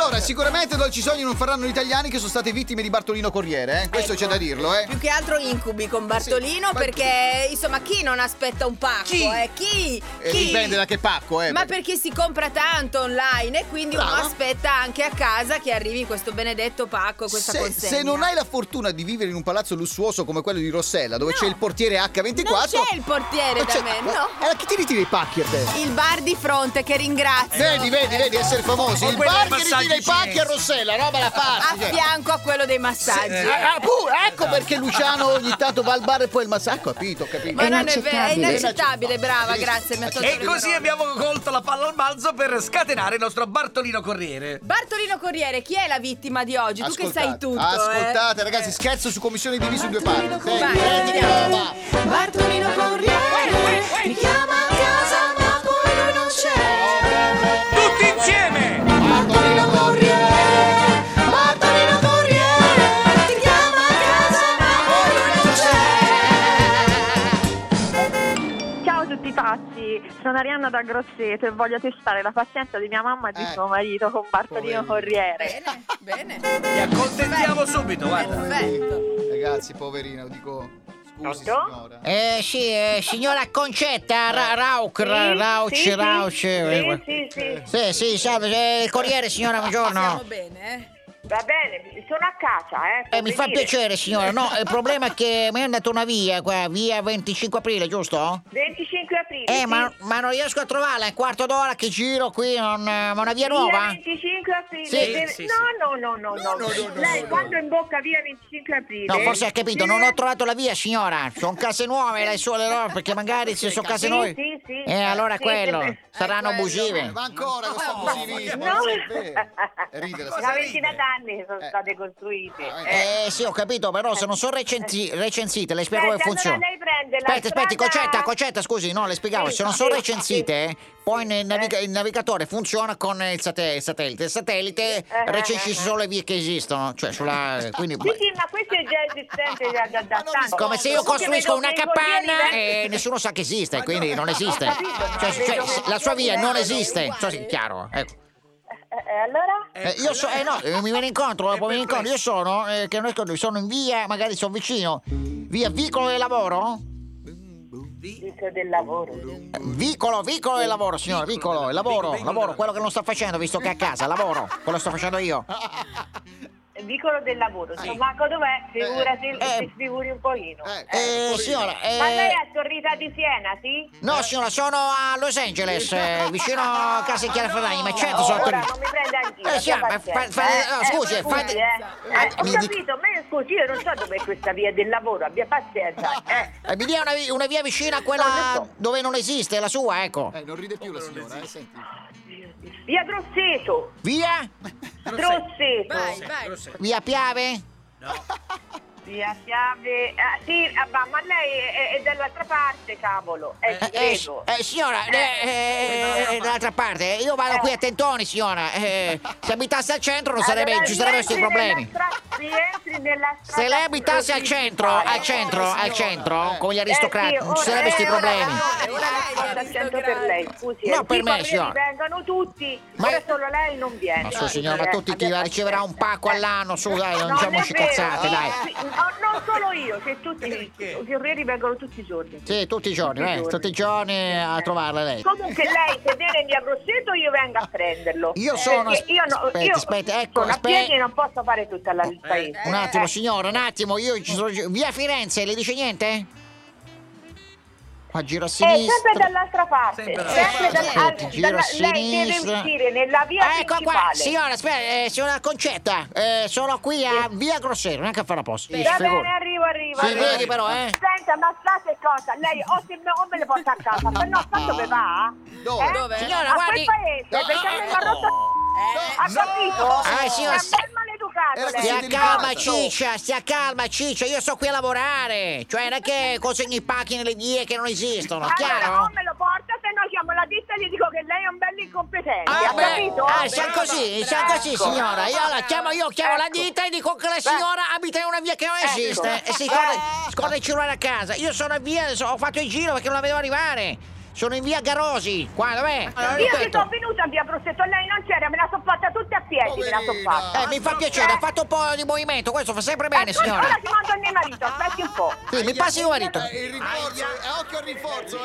Allora, sicuramente dolci sogni non faranno gli italiani che sono state vittime di Bartolino Corriere, eh? Questo c'è da dirlo, eh? Più che altro incubi con Bartolino, perché insomma chi non aspetta un pacco? Chi? Dipende da che pacco, Ma perché si compra tanto online e quindi uno Brava. aspetta anche a casa che arrivi questo benedetto pacco, questa consegna. Se non hai la fortuna di vivere in un palazzo lussuoso come quello di Rossella, dove c'è il portiere H24, Non c'è il portiere da me, no. Chi ti ritira i pacchi a te? Il bar di fronte che ringrazio. Vedi essere famosi. Il bar che ritira i pacchi a Rossella, roba la fa. A fianco a quello dei massaggi. Ecco perché Luciano ogni tanto va al bar e poi il massaggio. Capito. Ma non è vero, è inaccettabile, brava, grazie. E così abbiamo colto la palla al balzo per scatenare il nostro Bartolino Corriere. Bartolino Corriere, chi è la vittima di oggi? Tu che sai tutto. Ascoltate, ragazzi, scherzo su commissione diviso in due parti. Bartolino Corriere mi chiama a casa ma poi lui non c'è. Tutti insieme! Bartolino Corriere, Bartolino Corriere ti chiama a casa ma poi lui non c'è. Ciao a tutti pazzi, sono Arianna da Grosseto e voglio testare la pazienza di mia mamma e di suo marito con Bartolino Corriere. Bene. Ti accontentiamo subito, guarda. Perfetto. Ragazzi, poverina, lo dico. Scusi, Pronto? signora. Sì, signora Concetta, Rauch. Sì, salve, il Corriere, signora, Stiamo buongiorno. bene, Va bene, sono a casa, Mi fa piacere, signora. No, il problema è che mi è andata una via, qua, via 25 aprile, giusto? 25 aprile. Ma non riesco a trovarla, è un quarto d'ora che giro qui, ma una via nuova? 25 aprile. Sì. No. Lei quando imbocca via 25 aprile. No, forse ha capito, non ho trovato la via, signora. Sono case nuove, le sue le robe, perché magari se sono case nuove. Sì. Allora Sì, quello, sì. saranno abusive. Ma ancora questo abusivismo. No. Non è vero. Ride la Una ventina d'anni sono state costruite. Sì, ho capito, però se non sono recensite, le spiego come Allora funziona. lei prende la Aspetti, strada- Concetta, scusi, no, le spiegavo, se non sono recensite, poi il navigatore funziona con il satellite. Il satellite recensisce solo le vie che esistono, cioè quindi Sì, ma questo è già esistente da tanto. come se io costruisco una capanna e nessuno sa che esiste, quindi non esiste. Cioè, la sua via non esiste. So se è chiaro, ecco. Allora? Mi viene incontro, dopo mi viene incontro. Io sono in via, magari sono vicino. Via Vicolo del Lavoro? Visto del lavoro. Vicolo del lavoro, signora, vicolo, lavoro, quello che non sto facendo visto che è a casa, lavoro, quello sto facendo io. Vicolo del lavoro. Marco dov'è? Figurati, ti sfiguri un pochino. Signora, Ma lei è a Torrita di Siena, sì? no, signora, sono a Los Angeles, vicino a casa di Chiara Ferragni, ma certo sono a Ora Torino. non mi prenda in giro. Signora, abbia pazienza, scusi, Ho mi capito, ma scusi, io non so dov'è questa via del lavoro, abbia pazienza. mi dia una via vicina a quella dove non esiste, la sua, ecco. Non ride più la signora, senti. Via Grosseto. Via? Grosseto. Vai. Via Piave? Via Chiave. Sì, ma lei è dall'altra parte, cavolo. Ci credo. Signora, dall'altra parte, io vado qui a Tentoni, signora. Se abitassi al centro non ci sarebbero questi problemi. Rientri nella strada. Se lei abitasse al centro, con gli aristocrati, non ci sarebbero questi problemi. Ora al centro per lei, scusi. No, per me, i signora. vengono tutti, Ma- ora solo lei non viene. Ma su, signora, ma tutti chi riceverà un pacco all'anno, su, dai, non diciamoci cazzate, dai. Non solo io, che tutti i corrieri vengono tutti i giorni. Sì, tutti i giorni a trovarla lei. Comunque lei se viene in via Grosseto io vengo a prenderlo. Io sono... Perché io Aspetta, ecco, sono a piedi e non posso fare tutta il paese. Un attimo, signora, un attimo, io ci sono... Via Firenze, le dice niente? Qua giro a sinistra. Sempre dall'altra parte. Giro a Lei deve sinistra. uscire nella via Ecco qua, principale. signora, aspetta, signora Concetta, sono qui a via Grosseto, neanche a fare apposta. Va bene, arrivo. Si vedi però, Senta, ma sa che cosa? Lei o me le porta a casa, se no sa dove va? Dove? Signora, A guardi... quel paese, perché a me mi ha rotto. Ha capito? signora, È un bel maleducato lei. Stia calma, Ciccia, io sto qui a lavorare. Cioè, non è che consegni i pacchi nelle vie che non esistono, Allora chiaro? non me lo porta, se no chiamo la ditta e gli dico che lei è un bel incompetente, ha capito? Siamo così, signora. Io chiamo la ditta e dico che la signora abita in una via che non esiste e si scorda il cellulare a casa. Io sono a via, ho fatto il giro perché non la vedo arrivare. Sono in via Garosi. Qua, dov'è? Io che sono venuta a via Prosecco, lei non c'era, me la sono fatta tutta a piedi, me la sono fatta. Mi fa piacere, ha fatto un po' di movimento, questo fa sempre bene, signora. Ora ti mando il mio marito, aspetti un po'. Sì, mi passi il marito. Il rinforzo, occhio al rinforzo,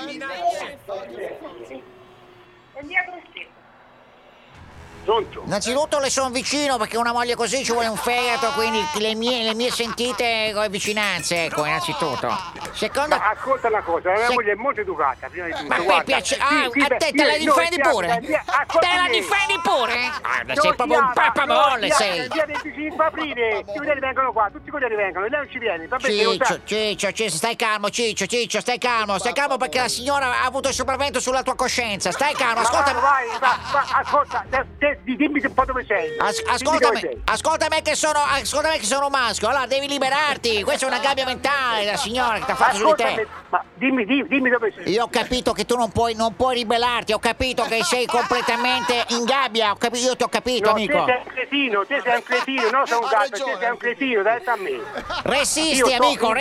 E via Prosecco. Pronto? Innanzitutto le sono vicino perché una moglie così ci vuole un fegato, quindi le mie sentite vicinanze, ecco, innanzitutto. Secondo... Ma ascolta una cosa, la mia moglie è molto educata, prima di tutto. Ma a me guarda. piace... Sì, a te la difendi pure? Te la difendi pure? Sei proprio un pappamolle, sei. Il dia 25 aprile, i coglioni vengono qua, tutti i coglioni vengono, e lei non ci viene, va bene? Ciccio, stai calmo, Ciccio, stai calmo perché la signora ha avuto il sopravvento sulla tua coscienza, stai calmo, ascolta. Vai, ascolta, dimmi un po' dove sei. Ascoltami che sono maschio, allora devi liberarti, questa è una gabbia mentale, la signora che ti ha fatto su di te. Ma dimmi dove sei. Io ho capito che tu non puoi ribellarti, ho capito che sei completamente in gabbia, io ti ho capito, No, amico. te sei un cretino, no, sei un gatto, te sei un cretino, dai a me. Resisti, amico,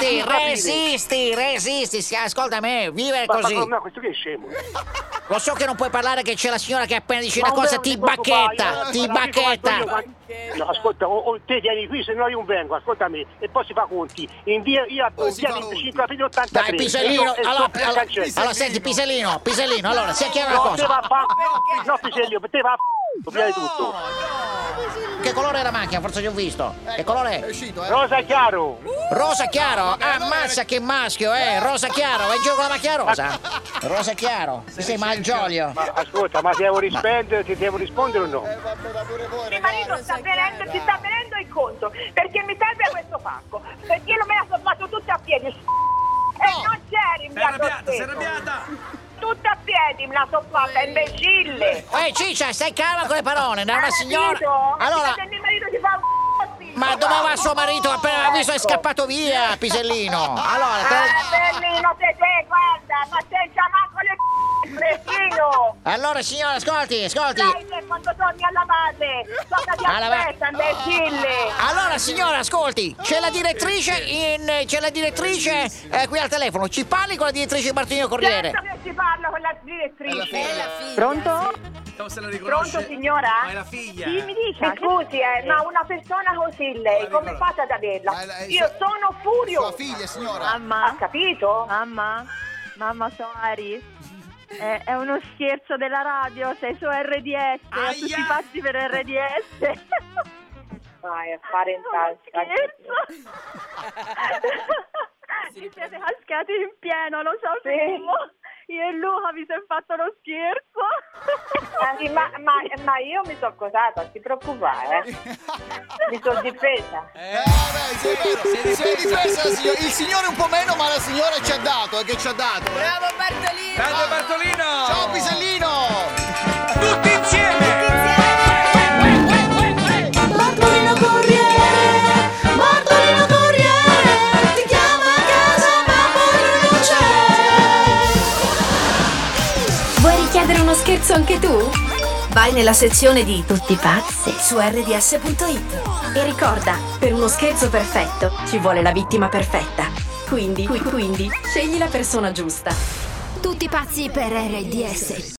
resisti, ascolta me, vivere così. Ma questo che è scemo. Lo so che non puoi parlare, che c'è la signora che appena dice una cosa ti bacchetta. No, ascolta, o te vieni qui, se no io non vengo, ascolta me, e poi si fa conti. In via 25 aprile 83. Dai, Pisellino, allora senti, Pisellino, allora, sia chiara una cosa. No, Pisellino, per te va a prima di tutto. Che colore è la macchina? Forse già ho visto. Che colore è? È uscito, Rosa chiaro. Rosa chiaro? Ammazza che maschio, rosa chiaro, vai in giro con la macchina rosa? Rosa chiaro, sei malgioglio. Ma ascolta, ma ti devo rispondere o no? Mio marito ci sta venendo il conto, perché mi serve questo pacco, perché io me la sono fatto tutta a piedi. E non c'eri in via Prosecco. Sei arrabbiata? Tutta a piedi me la sono fatta, imbecille. Ciccia, stai calma con le parole, da una signora. Allora, mio marito ti fa un ma dove va suo marito? Appena l'ha visto è scappato via, Pisellino. Allora, Bellino, te, guarda, ma sei chiamato le cretino. Allora, signora, ascolti. Dai, te, quando torni alla base, cosa ti aspetta, imbecille? Allora, signora, ascolti, c'è la direttrice qui al telefono. Ci parli con la direttrice Bartolino Corriere? Certo che ci parlo con la direttrice. Pronto? Se la riconosce? Pronto, signora? Ma è la figlia. Sì, mi dica. Scusi, ma una persona così lei, come fate ad averla? Io sono Sua furiosa. figlia, signora. Ha Mamma, capito? mamma, sono Ari. È uno scherzo della radio, sei su RDS, a tutti Aia! pazzi per RDS. Vai a fare in tasca. Scherzo. Vi siete cascati in pieno, lo sapevo. Io e Luca vi siamo fatto lo scherzo. Sì, ma io mi sono cosata, non ti preoccupare. Mi sono difesa. Sì, è vero. Si è difesa la signora. Il signore un po' meno, ma la signora ci ha dato, che ci ha dato. Bravo Bartolino! Grande Bartolino! Ciao Pisellino! Tutti insieme! Bartolino Corriere, ti chiama a casa ma poi lui non c'è. Vuoi richiedere uno scherzo anche tu? Vai nella sezione di Tutti pazzi su rds.it e ricorda, per uno scherzo perfetto ci vuole la vittima perfetta. Quindi scegli la persona giusta. Tutti pazzi per RDS.